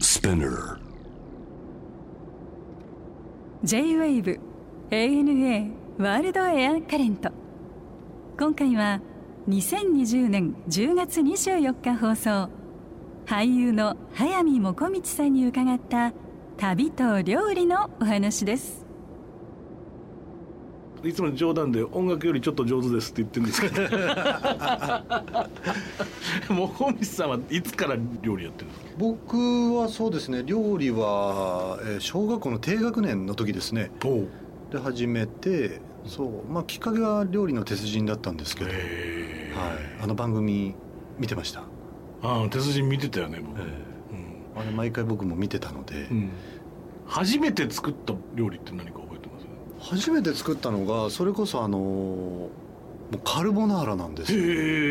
Spinner J-Wave ANA ワールドエアカレント。今回は2020年10月24日放送、俳優の速水もこみちさんに伺った旅と料理のお話です。 いつも冗談で音楽よりちょっと上手ですって言ってるんですけどもこみちさんはいつから料理やってるんですか？ 僕はそうですね、料理は小学校の低学年の時ですねで始めて、そう、きっかけは料理の鉄人だったんですけど、はい、あの番組見てました。 ああ、鉄人見てたよね僕、 あれ毎回僕も見てたので、 初めて作った料理って何か覚えてます？ 初めて作ったのがそれこそもうカルボナーラなんですよ。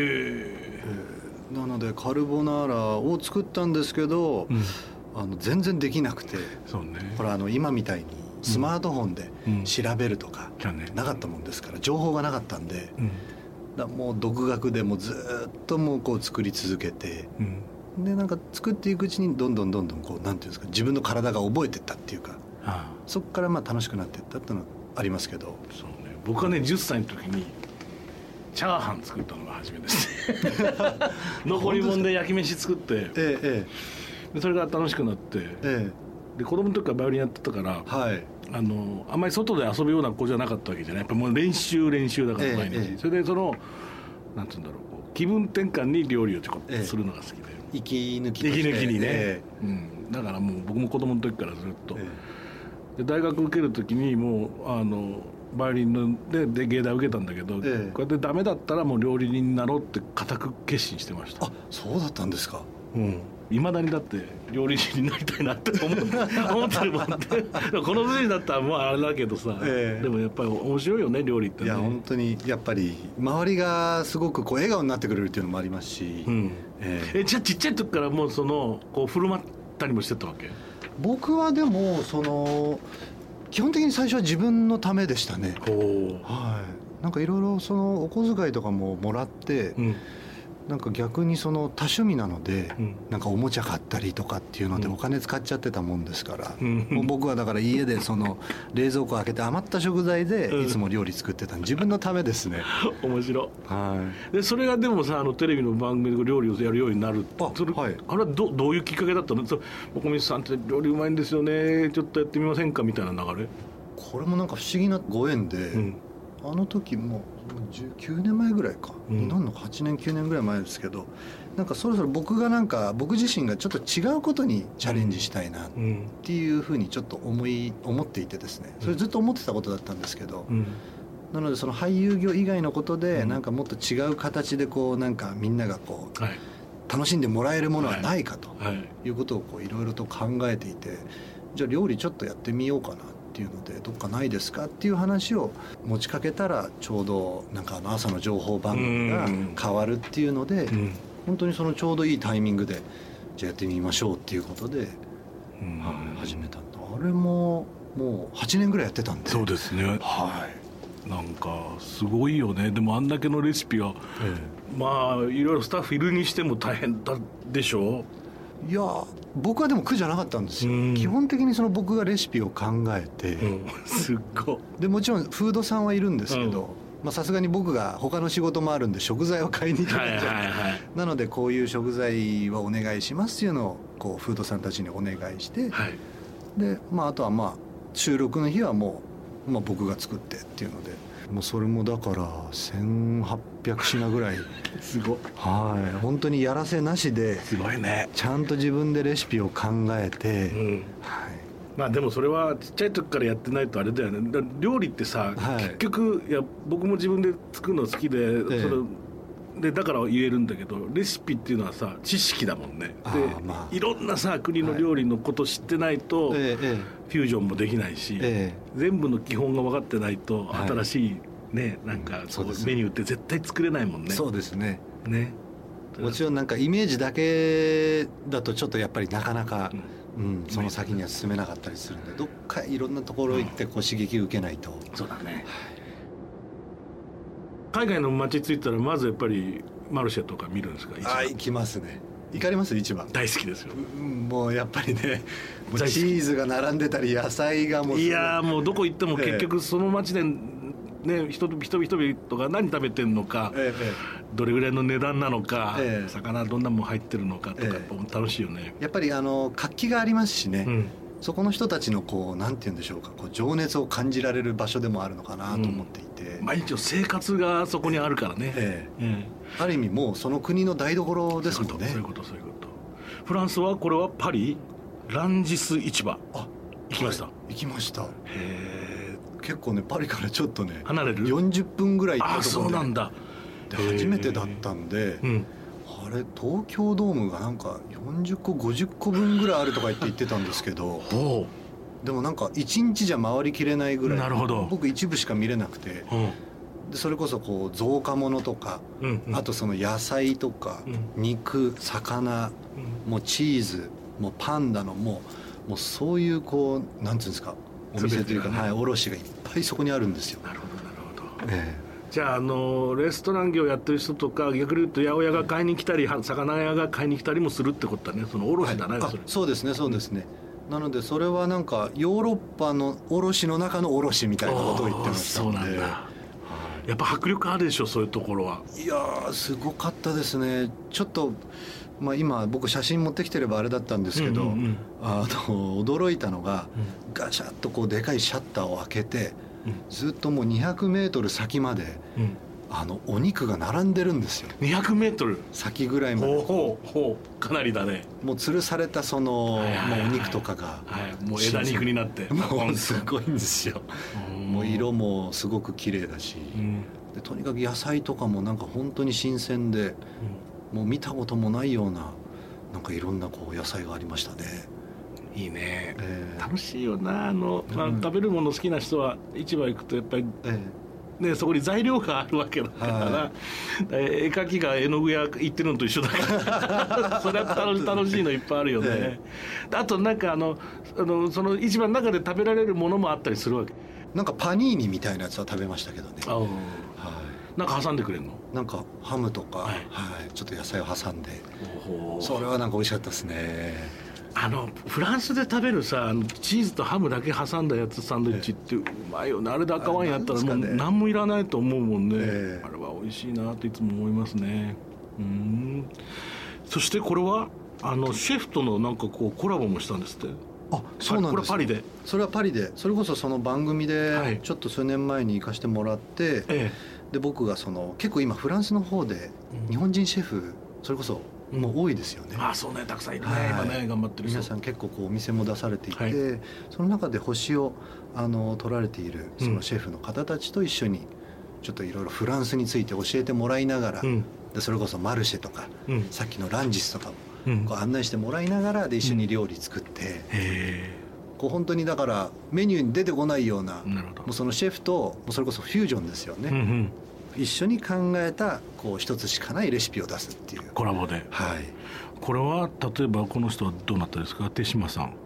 なのでカルボナーラを作ったんですけど、全然できなくて、 そうね、 これ今みたいにスマートフォンで調べるとかなかったもんですから、情報がなかったんで、もう独学でもずっともうこう作り続けて、でなんか作っていくうちにどんどんこうなんていうんですか、自分の体が覚えていったっていうか、そこから楽しくなっていったっていうのはありますけど。そうね、 僕はね10歳の時にチャーハン作ったのが初めてです残り物で焼き飯作って、でそれが楽しくなって、で子供の時からバイオリンやってたから、あんまり外で遊ぶような子じゃなかったわけじゃない。やっぱもう練習だから毎日、それでなんていうんだろう、気分転換に料理をちょこっとするのが好きで、 息抜きにね、だからもう僕も子供の時からずっと、で大学受ける時にもうバイオリンで芸大受けたんだけど、こうやってダメだったらもう料理人になろうって固く決心してました。 あ、そうだったんですか。 いまだにだって料理人になりたいなって思ってるもんでこの年だったらもうあれだけどさ、でもやっぱり面白いよね料理ってね。 いや本当にやっぱり周りがすごくこう笑顔になってくれるっていうのもありますし、 じゃあちっちゃい時からもうこう振る舞ったりもしてたわけ？ 僕はでも基本的に最初は自分のためでしたね。なんかいろいろお小遣いとかももらって、なんか逆に多趣味なので、なんかおもちゃ買ったりとかっていうのでお金使っちゃってたもんですから、もう僕はだから家で冷蔵庫開けて余った食材でいつも料理作ってた、自分のためですね。 面白い。でそれがでもさ、テレビの番組で料理をやるようになるって、あれはどういうきっかけだったの？もこみちさんって料理うまいんですよね、ちょっとやってみませんかみたいな流れ？これもなんか不思議なご縁で、あの時も19年前ぐらいか、なんのか8年9年ぐらい前ですけど、なんかそろそろ僕自身がちょっと違うことにチャレンジしたいなっていうふうにちょっと思っていてですね、それずっと思ってたことだったんですけど、なので俳優業以外のことでなんかもっと違う形でなんかみんなが楽しんでもらえるものはないかということをいろいろと考えていて、じゃあ料理ちょっとやってみようかなっていうので、どっかないですかっていう話を持ちかけたら、ちょうどなんか朝の情報番組が変わるっていうので、本当にちょうどいいタイミングでじゃあやってみましょうっていうことで、始めたんだ。あれももう8年ぐらいやってたんで。 そうですね。なんかすごいよね。でもあんだけのレシピが、いろいろスタッフいるにしても大変だでしょ？ いや僕はでも苦じゃなかったんですよ。基本的に僕がレシピを考えて、 すっごいでもちろんフードさんはいるんですけど、さすがに僕が他の仕事もあるんで食材を買いに行かなきゃ、なのでこういう食材はお願いしますっていうのをフードさんたちにお願いして、であとは収録の日はもう、僕が作ってっていうので、もうそれもだから1800品ぐらいすごい。 本当にやらせなしで、 すごいね。 ちゃんと自分でレシピを考えて、 でもそれはちっちゃい時からやってないとあれだよね。料理ってさ、結局僕も自分で作るの好きで、だから言えるんだけど、レシピっていうのはさ知識だもんね。で、いろんなさ国の料理のこと知ってないと、フュージョンもできないし、全部の基本が分かってないと新しいなんかメニューって絶対作れないもんね。 そうですね。もちろんなんかイメージだけだとちょっとやっぱりなかなか、その先には進めなかったりするんで、どっかいろんなところ行って刺激を受けないと。 そうだね。海外の街着いたらまずやっぱりマルシェとか見るんですか？ 行きますね。 行かれます市場？ 大好きですよ。 もうやっぱりね、もうチーズが並んでたり野菜がもう、 いやもうどこ行っても結局その町でね、人々が何食べてんのか、どれぐらいの値段なのか、魚どんなもん入ってるのかとか、やっぱ楽しいよね。 やっぱり活気がありますしね、そこの人たちのこうなんて言うんでしょうか、こう情熱を感じられる場所でもあるのかなと思っていて、 毎日の生活がそこにあるからね、 ある意味もうその国の台所ですもんね。 そういうこと。フランスはこれはパリランジス市場行きました？ 行きました。結構ねパリからちょっとね離れる 40分ぐらい行ったところで、 そうなんだ。 で初めてだったんで、あれ東京ドームがなんか40個50個分ぐらいあるとか言ってたんですけどでもなんか1日じゃ回りきれないぐらい。 なるほど。 僕一部しか見れなくて、でそれこそこう造花物とか、あとその野菜とか、肉魚、もうチーズもうパンダのもうそういうこうなんていうんですか、お店というか、卸がいっぱいそこにあるんですよ。 なるほど。じゃあレストラン業やってる人とか、逆に言うと八百屋が買いに来たり、魚屋が買いに来たりもするってことだね。その卸だね、 そうですね。なのでそれはなんかヨーロッパの卸の中の卸みたいなことを言ってましたので。そうなんだ。 やっぱ迫力あるでしょ、そういうところは。 いやすごかったですね。ちょっと今僕写真持ってきてればあれだったんですけど、驚いたのが、ガシャッとこうでかいシャッターを開けて、ずっともう200メートル先まで、お肉が並んでるんですよ。 200メートル先ぐらいまで。 かなりだね。 もう吊るされたその、もうお肉とかが、 もう枝肉になってもうすごいんですよ。もう色もすごく綺麗だし、でとにかく野菜とかもなんか本当に新鮮で、もう見たこともないようななんかいろんなこう野菜がありましたね。 いいね、楽しいよな。食べるもの好きな人は市場行くとやっぱり、ね、そこに材料があるわけだから、絵描きが絵の具屋行ってるのと一緒だからそれは楽しいのいっぱいあるよね。あとなんかその市場の中で食べられるものもあったりするわけ。 なんかパニーニみたいなやつは食べましたけどね。 なんか挟んでくれるの？なんかハムとか、ちょっと野菜を挟んで、それはなんか美味しかったですね。 フランスで食べるさ、チーズとハムだけ挟んだやつサンドイッチってうまいよね。あれで赤ワインやったらもう何もいらないと思うもんね。あれは美味しいなっていつも思いますね。そしてこれはシェフとのなんかこうコラボもしたんですって。 そうなんです。 これパリで？ それはパリで、それこそその番組でちょっと数年前に行かせてもらって、で僕が結構今フランスの方で日本人シェフそれこそもう多いですよね。 そうね、たくさんいるね、今ね、頑張ってる人皆さん結構こうお店も出されていて、その中で星を取られているそのシェフの方たちと一緒にちょっといろいろフランスについて教えてもらいながら、でそれこそマルシェとか、さっきのランジスとかもこう案内してもらいながらで一緒に料理作って、こう本当にだからメニューに出てこないような、もうそのシェフともうそれこそフュージョンですよね。一緒に考えたこう一つしかないレシピを出すっていうコラボで。これは例えばこの人はどうなったですか？手島さん。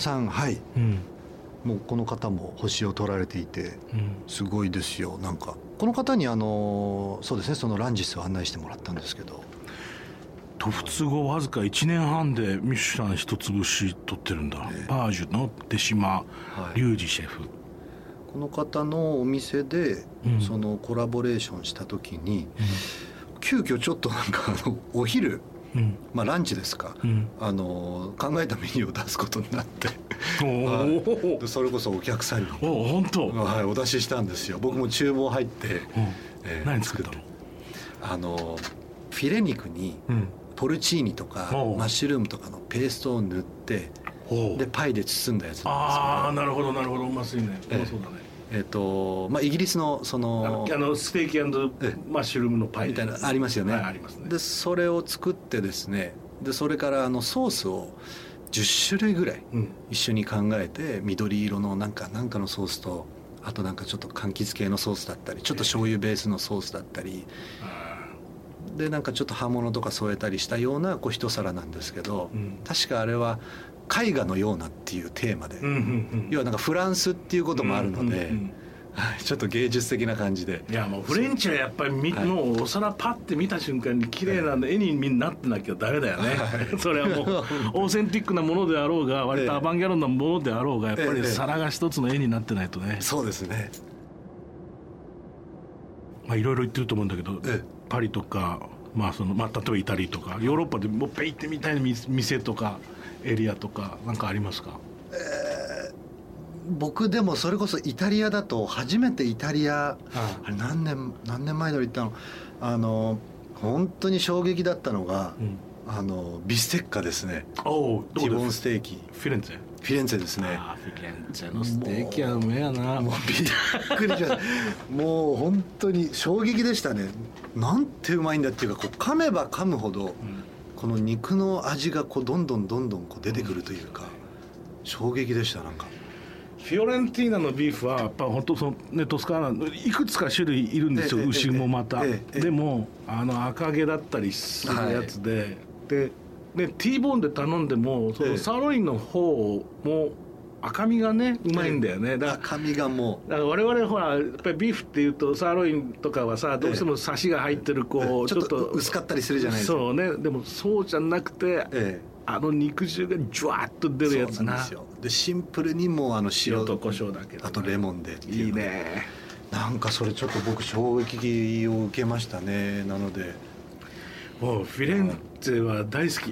もうこの方も星を取られていて、すごいですよ。なんかこの方にそうですね、そのランジスを案内してもらったんですけど、渡仏後わずか1年半でミシュラン一つ星取ってるんだ。パージュの手島隆二シェフ。 この方のお店でそのコラボレーションした時に、急遽ちょっとなんかお昼、ランチですか、考えたメニューを出すことになってそれこそお客さんにお出ししたんですよ。僕も厨房入って、 何作ったの？フィレ肉にポルチーニとかマッシュルームとかのペーストを塗って、でパイで包んだやつなんですけど。 なるほどなるほど、うますいね。そうだね。 イギリスのそのステーキ&マッシュルームのパイみたいなありますよね。 ありますね。 でそれを作ってですね、でそれからソースを10種類ぐらい一緒に考えて、緑色のなんかのソースと、あとなんかちょっと柑橘系のソースだったり、ちょっと醤油ベースのソースだったり、でなんかちょっと葉物とか添えたりしたようなこう一皿なんですけど、確かあれは絵画のようなっていうテーマで、要はなんかフランスっていうこともあるので、 ちょっと芸術的な感じで。 いやもうフレンチはやっぱりもうお皿パッて見た瞬間に綺麗な絵になってなきゃダメだよね、それはもうオーセンティックなものであろうが割とアバンギャルドなものであろうがやっぱり皿が一つの絵になってないとね。 そうですね。 まあいろいろ言ってると思うんだけど、パリとか例えばイタリアとかヨーロッパでもうペイってみたいな店とかエリアとかなんかありますか？ 僕でもそれこそイタリアだと初めてイタリア、あれ何年前だろ行ったの、本当に衝撃だったのが、ビステッカですね。ティボンステーキ。 フィレンツェですね。 フィレンツェのステーキはうめえやな。 もうびっくりしましたもう本当に衝撃でしたね。なんてうまいんだっていうか、噛めば噛むほど、この肉の味がどんどん出てくるというか、衝撃でした。なんかフィオレンティーナのビーフはやっぱ本当トスカーナいくつか種類いるんですよ、牛もまた、でも赤毛だったりするやつで、でティーボーンで頼んでもそのサーロインの方も赤身がねうまいんだよね。だから赤身がもう、 だから我々ほらやっぱりビーフっていうとサーロインとかはさどうしてもサシが入ってるちょっと薄かったりするじゃないですか。 そうね。でもそうじゃなくて、肉汁がジュワッと出るやつな。そうなんですよ。でシンプルにもう塩と胡椒だけ、あとレモンでっていう。いいね。なんかそれちょっと僕衝撃を受けましたね。なのでもうフィレンツェは大好き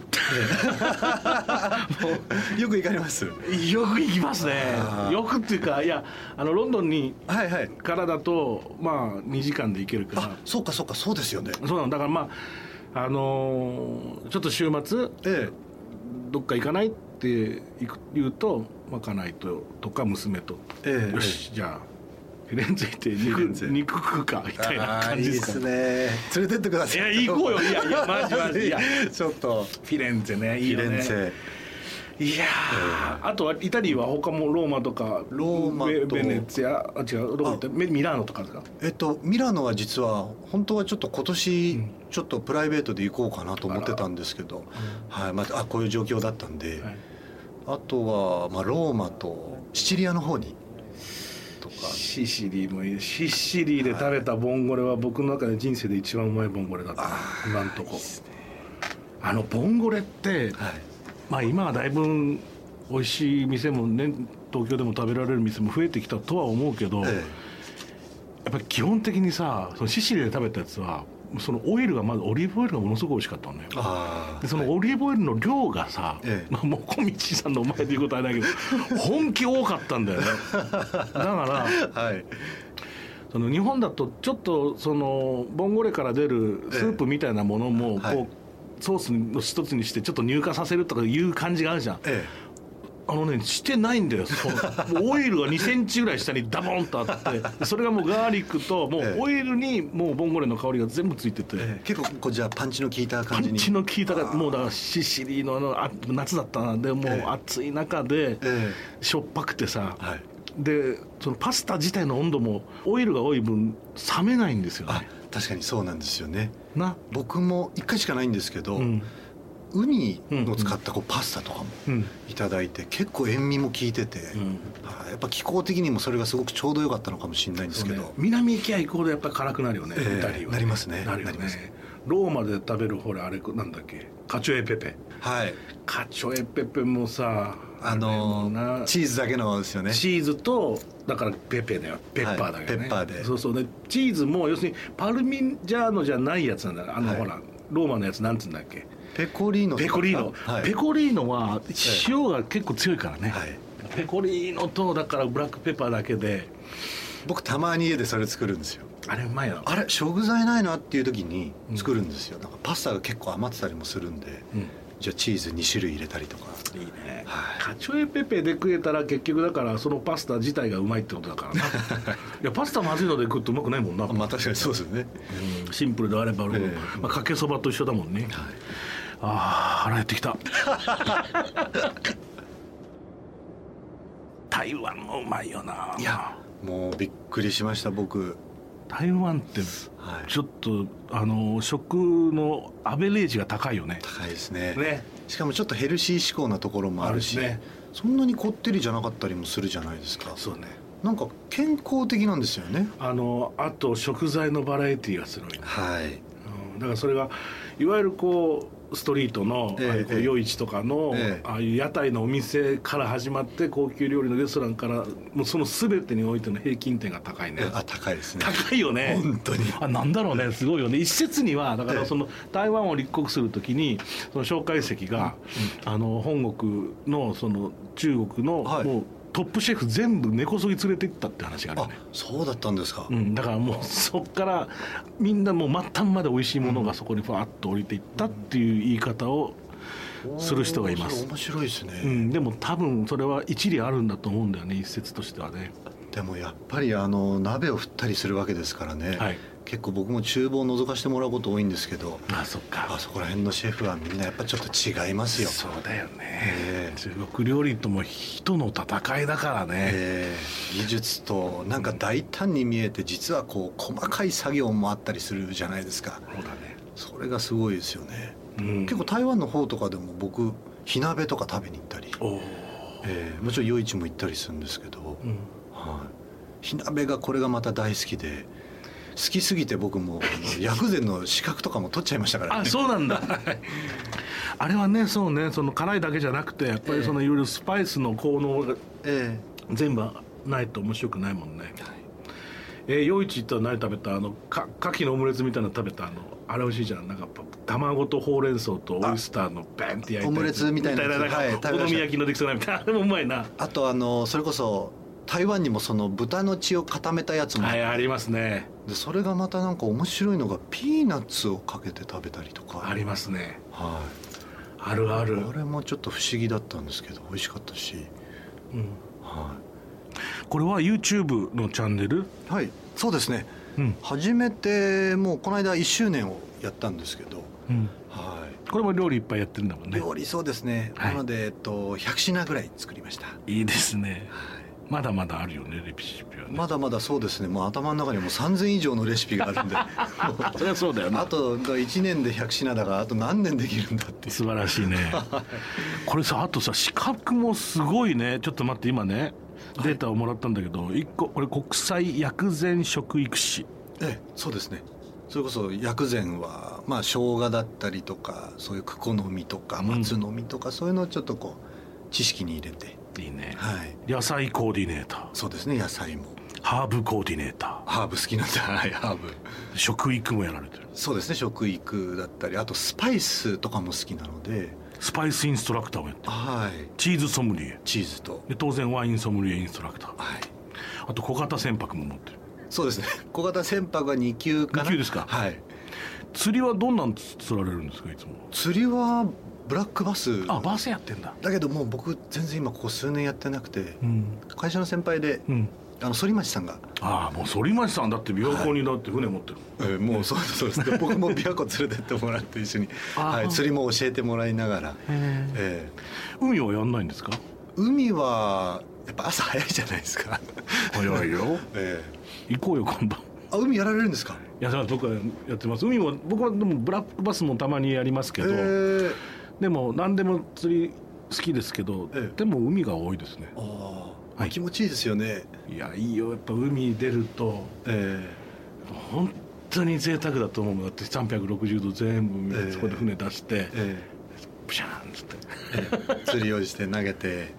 よく行かれます？ よく行きますね。よくっていうか、いやロンドンに、からだと2時間で行けるから。 そうかそうですよね。 そうなの。だからちょっと週末、どっか行かないって言うと家内とか娘と、よしじゃあフィレンツェ行って肉食うかみたいな感じですか。 いいですね。連れてってください。 いや行こうよ。いやマジいやちょっとフィレンツェね、いいよね。 フィレンツェ、 いやあとはイタリーは他もローマとかベネツィア、どこ行った？ミラーノとかですか？ ミラノは実は本当はちょっと今年ちょっとプライベートで行こうかなと思ってたんですけど、こういう状況だったんで、あとはローマとシチリアの方にとか。 シシリもいい。シシリで食べたボンゴレは僕の中で人生で一番うまいボンゴレだった。今んとこ。ボンゴレって、今はだいぶ美味しい店もね、東京でも食べられる店も増えてきたとは思うけど、やっぱり基本的にさ、そのシシリで食べたやつはそのオイルがまずオリーブオイルがものすごく美味しかったのよ。でそのオリーブオイルの量がさ、もう小道さんのお前で言うことはないけど本気多かったんだよね。だから、その日本だとちょっとそのボンゴレから出るスープみたいなものもソースの一つにしてちょっと乳化させるとかいう感じがあるじゃん。してないんだよ。もうオイルが2センチぐらい下にダボンとあってそれがもうガーリックともうオイルにもうボンゴレの香りが全部ついてて、 結構じゃあパンチの効いた感じに。 パンチの効いたもうだからシシリの夏だったな。でもう暑い中でしょっぱくてさ、でそのパスタ自体の温度もオイルが多い分冷めないんですよね。 確かにそうなんですよね。僕も1回しかないんですけど、ウニを使ったパスタとかもいただいて、結構塩味も効いてて、やっぱ気候的にもそれがすごくちょうど良かったのかもしれないんですけど、 南行きゃ行くほどやっぱり辛くなるよね、イタリアは。 なりますね。 なるよね。ローマで食べるほらあれなんだっけ、カチョエペペ。カチョエペペもさチーズだけのですよね。 チーズとだからペペだよ、ペッパーだけどね。 ペッパーで。 そうでチーズも要するにパルミジャーノじゃないやつなんだよ。ほらローマのやつなんつうんだっけ。 ペコリーノ。 ペコリーノは塩が結構強いからね。ペコリーノとだからブラックペッパーだけで。 僕たまに家でそれ作るんですよ。 あれうまいな。 あれ食材ないなっていう時に作るんですよ。なんかパスタが結構余ってたりもするんで、じゃあチーズ2種類入れたりとか。 いいね。カチョエペペで食えたら結局だからそのパスタ自体がうまいってことだからな。いやパスタまずいので食うとうまくないもんな。 確かにそうですよね。 シンプルであればかけそばと一緒だもんね。腹減ってきた。台湾もうまいよな。 いやもうびっくりしました僕。 台湾ってちょっと食のアベレージが高いよね。 高いですね。しかもちょっとヘルシー志向なところもあるし、そんなにこってりじゃなかったりもするじゃないですか。 そうね。 なんか健康的なんですよね。 あと食材のバラエティーがすごい、ね、 はい、 だからそれがいわゆるこうストリートの夜市とかのああいう屋台のお店から始まって高級料理のレストランからもうその全てにおいての平均点が高いね。 高いですね。 高いよね本当に。 なんだろうね、すごいよね。一説にはだからその台湾を立国するときにその蒋介石が本国のその中国のもうトップシェフ全部根こそぎ連れて行ったって話があるよね。 そうだったんですか。 だからもうそっからみんなもう末端まで美味しいものがそこにファーッと降りていったっていう言い方をする人がいます。 面白いですね。 でも多分それは一理あるんだと思うんだよね、一説としてはね。 でもやっぱり鍋を振ったりするわけですからね、はい、結構僕も厨房を覗かしてもらうこと多いんですけど、 そっか、 あそこら辺のシェフはみんなやっぱちょっと違いますよ。 そうだよね、中国料理とも人の戦いだからね、 技術となんか大胆に見えて実はこう細かい作業もあったりするじゃないですか。 そうだね、 それがすごいですよね、結構台湾の方とかでも僕火鍋とか食べに行ったり、もちろん夜市も行ったりするんですけど、火鍋がこれがまた大好きで、好きすぎて僕も薬膳の資格とかも取っちゃいましたからね。 そうなんだあれはね、そうね、その辛いだけじゃなくてやっぱりそのいろいろスパイスの効能が全部ないと面白くないもんね。夜市行ったら何食べた？牡蠣のオムレツみたいなの食べたあれ美味しいじゃん。なんか卵とほうれん草とオイスターのバンって焼いたオムレツみたいなお好み焼きのできそうなみたいな、あれもうまいな。 あとそれこそ台湾にもその豚の血を固めたやつもありますね。 でそれがまたなんか面白いのがピーナッツをかけて食べたりとかありますね。 あるある。あれもちょっと不思議だったんですけど美味しかったし、 これは YouTube のチャンネル？ はい、そうですね、初めてもうこの間1周年をやったんですけど、 これも料理いっぱいやってるんだもんね。 料理そうですね、なので100品ぐらい作りました。 いいですね、まだまだあるよね、レシピはね。 まだまだそうですね、もう頭の中にも3000以上のレシピがあるんでそりゃそうだよね。 あと1年で100品だからあと何年できるんだっていう。 素晴らしいねこれさ、あとさ資格もすごいね。ちょっと待って、今ねデータをもらったんだけど、1個これ国際薬膳食育士。 そうですね。それこそ薬膳はまあ生姜だったりとか、そういうクコの実とか松の実とか、そういうのをちょっとこう知識に入れて。 いいね、野菜コーディネーター。 そうですね、野菜も。 ハーブコーディネーター。 ハーブ好きなんだ。ハーブ。 食育もやられてる。 そうですね、食育だったり、あとスパイスとかも好きなのでスパイスインストラクターをやってる。チーズソムリエ。 チーズとで当然ワインソムリエインストラクター。あと小型船舶も持ってる。 そうですね、小型船舶は2級かな。 2級ですか。釣りはどんなん釣られるんですか？いつも釣りはブラックバス。 バスやってんだ。 だけどもう僕全然今ここ数年やってなくて、会社の先輩で、反町さんが。 もう反町さんだって琵琶湖にだって船持ってる。 もうそうですね僕も琵琶湖連れてってもらって一緒に釣りも教えてもらいながら。 海はやんないんですか？ 海はやっぱ朝早いじゃないですか。 早いよ行こうよ今度。 海やられるんですか？ いや、僕はやってます。海も僕はでもブラックバスもたまにやりますけど、でも何でも釣り好きですけど、でも海が多いですね。 気持ちいいですよね。 いや、いいよ。やっぱ海出ると、本当に贅沢だと思う。だって360度全部そこで船出して、プシャーンっつって、 釣りをして投げて、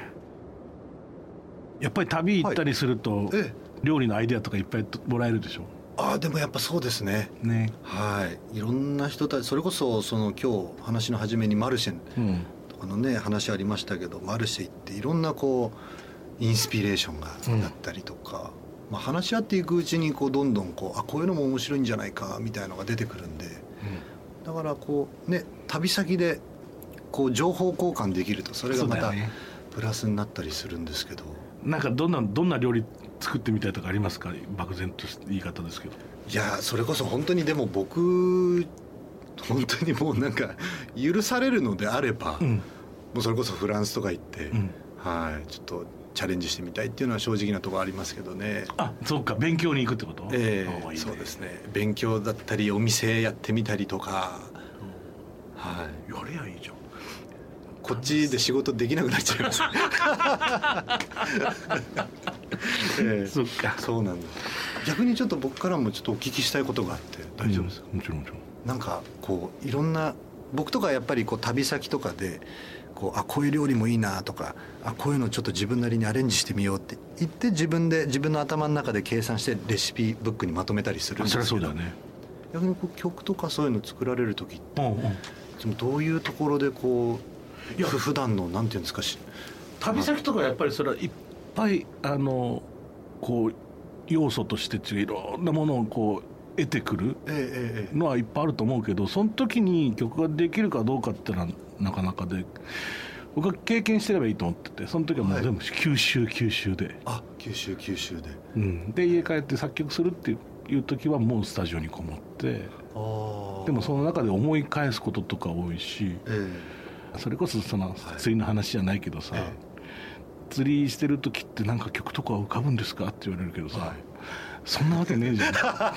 やっぱり旅行ったりすると、料理のアイデアとかいっぱいもらえるでしょ。 でもやっぱそうですね。いろんな人たち、それこそその今日話の初めにマルシェとかのね、話ありましたけど、マルシェ行っていろんなこうインスピレーションがだったりとか、話し合っていくうちにこうどんどんこういうのも面白いんじゃないかみたいのが出てくるんで、だからこうね、旅先でこう情報交換できるとそれがまたプラスになったりするんですけど。 なんかどんな料理作ってみたいとかありますか？漠然とした言い方ですけど。 いや、それこそ本当にでも僕本当にもうなんか許されるのであれば、もうそれこそフランスとか行って、ちょっとチャレンジしてみたいっていうのは正直なところありますけどね。 そうか、勉強に行くってこと？ そうですね、勉強だったりお店やってみたりとか、 やれやいいじゃん。 こっちで仕事できなくなっちゃいますそっか。 そうなんです。逆にちょっと僕からもちょっとお聞きしたいことがあって。 大丈夫ですか？もちろんもちろん。 なんかこういろんな僕とかやっぱりこう旅先とかでこういう料理もいいなとかこういうのちょっと自分なりにアレンジしてみようって言って自分の頭の中で計算してレシピブックにまとめたりするんですけど。 そりゃそうだよね。 逆にこう曲とかそういうの作られる時って、どういうところでこう普段のなんていうんですか旅先とかやっぱりそれはいっぱいこう要素としていろんなものをこう得てくるのはいっぱいあると思うけど、その時に曲ができるかどうかっていうのはなかなかで、僕は経験してればいいと思ってて、その時はもう全部吸収で、 吸収で、 で家帰って作曲するっていう時はもうスタジオにこもって、でもその中で思い返すこととか多いし、それこそその釣りの話じゃないけどさ、釣りしてる時ってなんか曲とか浮かぶんですかって言われるけどさ、そんなわけねえじゃ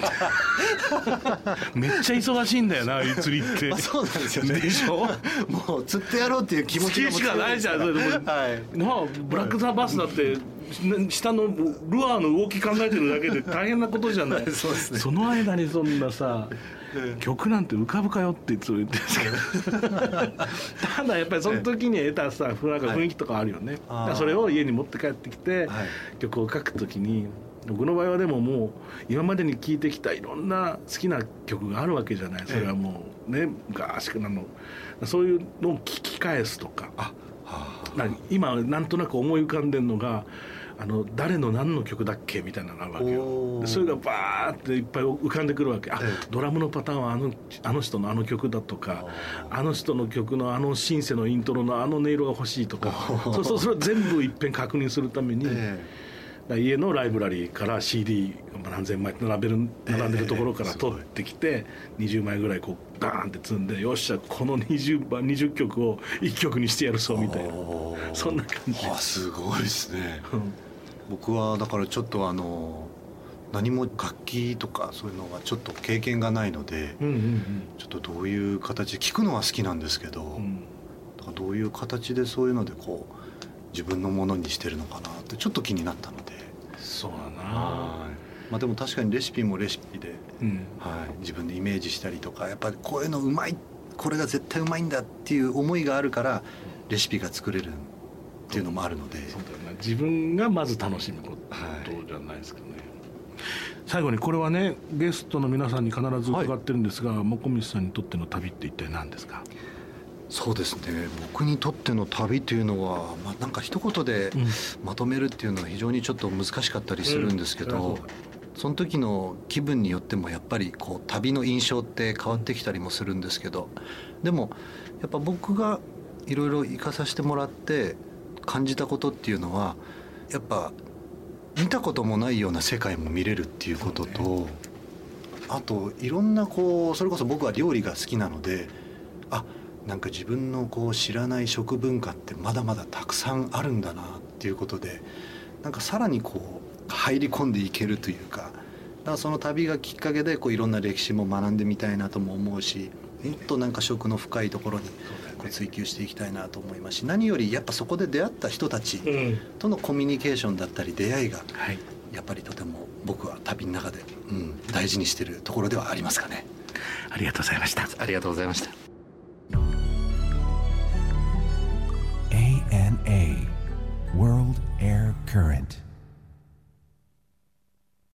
ん。めっちゃ忙しいんだよな、釣りって。 そうなんですよね。 でしょ。 もう釣ってやろうっていう気持ちがしかないじゃん。ブラック・ザ・バスだって下のルアーの動き考えてるだけで大変なことじゃない。 そうですね。 その間にそんなさ、曲なんて浮かぶかよっていつも言ってるんですけどただやっぱりその時に得たさ、なんか雰囲気とかあるよね。それを家に持って帰ってきて、曲を書く時に、僕の場合はでももう今までに聴いてきたいろんな好きな曲があるわけじゃない。それはもうね、昔からのそういうのを聞き返すとか、今なんとなく思い浮かんでるのが誰の何の曲だっけみたいなのがあるわけよ。でそれがバーっていっぱい浮かんでくるわけ。ドラムのパターンはあの人のあの曲だとか、あの人の曲のシンセのイントロの音色が欲しいとか、それを全部いっぺん確認するために、家のライブラリーから CD 何千枚並んでるところから取ってきて、20枚ぐらいこうバーンって積んで、よっしゃこの20曲を1曲にしてやるそうみたいな、そんな感じ。 すごいですね。僕はだからちょっと何も楽器とかそういうのがちょっと経験がないので、ちょっとどういう形、聞くのは好きなんですけど、だからどういう形でそういうのでこう自分のものにしてるのかなってちょっと気になったので。 そうだな。 でも確かにレシピもレシピで、自分でイメージしたりとか、やっぱりこういうのうまい、これが絶対うまいんだっていう思いがあるからレシピが作れるっていうのもあるので、 そうだよね。自分がまず楽しむことじゃないですかね。最後にこれはね、ゲストの皆さんに必ず伺ってるんですが、もこみちさんにとっての旅って一体何ですか？ そうですね、僕にとっての旅というのは、なんか一言でまとめるっていうのは非常にちょっと難しかったりするんですけど、その時の気分によってもやっぱりこう旅の印象って変わってきたりもするんですけど、でもやっぱ僕がいろいろ行かさせてもらって感じたことっていうのは、やっぱ見たこともないような世界も見れるっていうことと、あといろんなこう、それこそ僕は料理が好きなので、なんか自分のこう知らない食文化ってまだまだたくさんあるんだなっていうことで、なんかさらにこう入り込んでいけるというか、だからその旅がきっかけでこういろんな歴史も学んでみたいなとも思うし、もっとなんか食の深いところにこう追求していきたいなと思いますし、何よりやっぱそこで出会った人たちとのコミュニケーションだったり出会いがやっぱりとても僕は旅の中で大事にしているところではありますかね。 ありがとうございました。 ありがとうございました。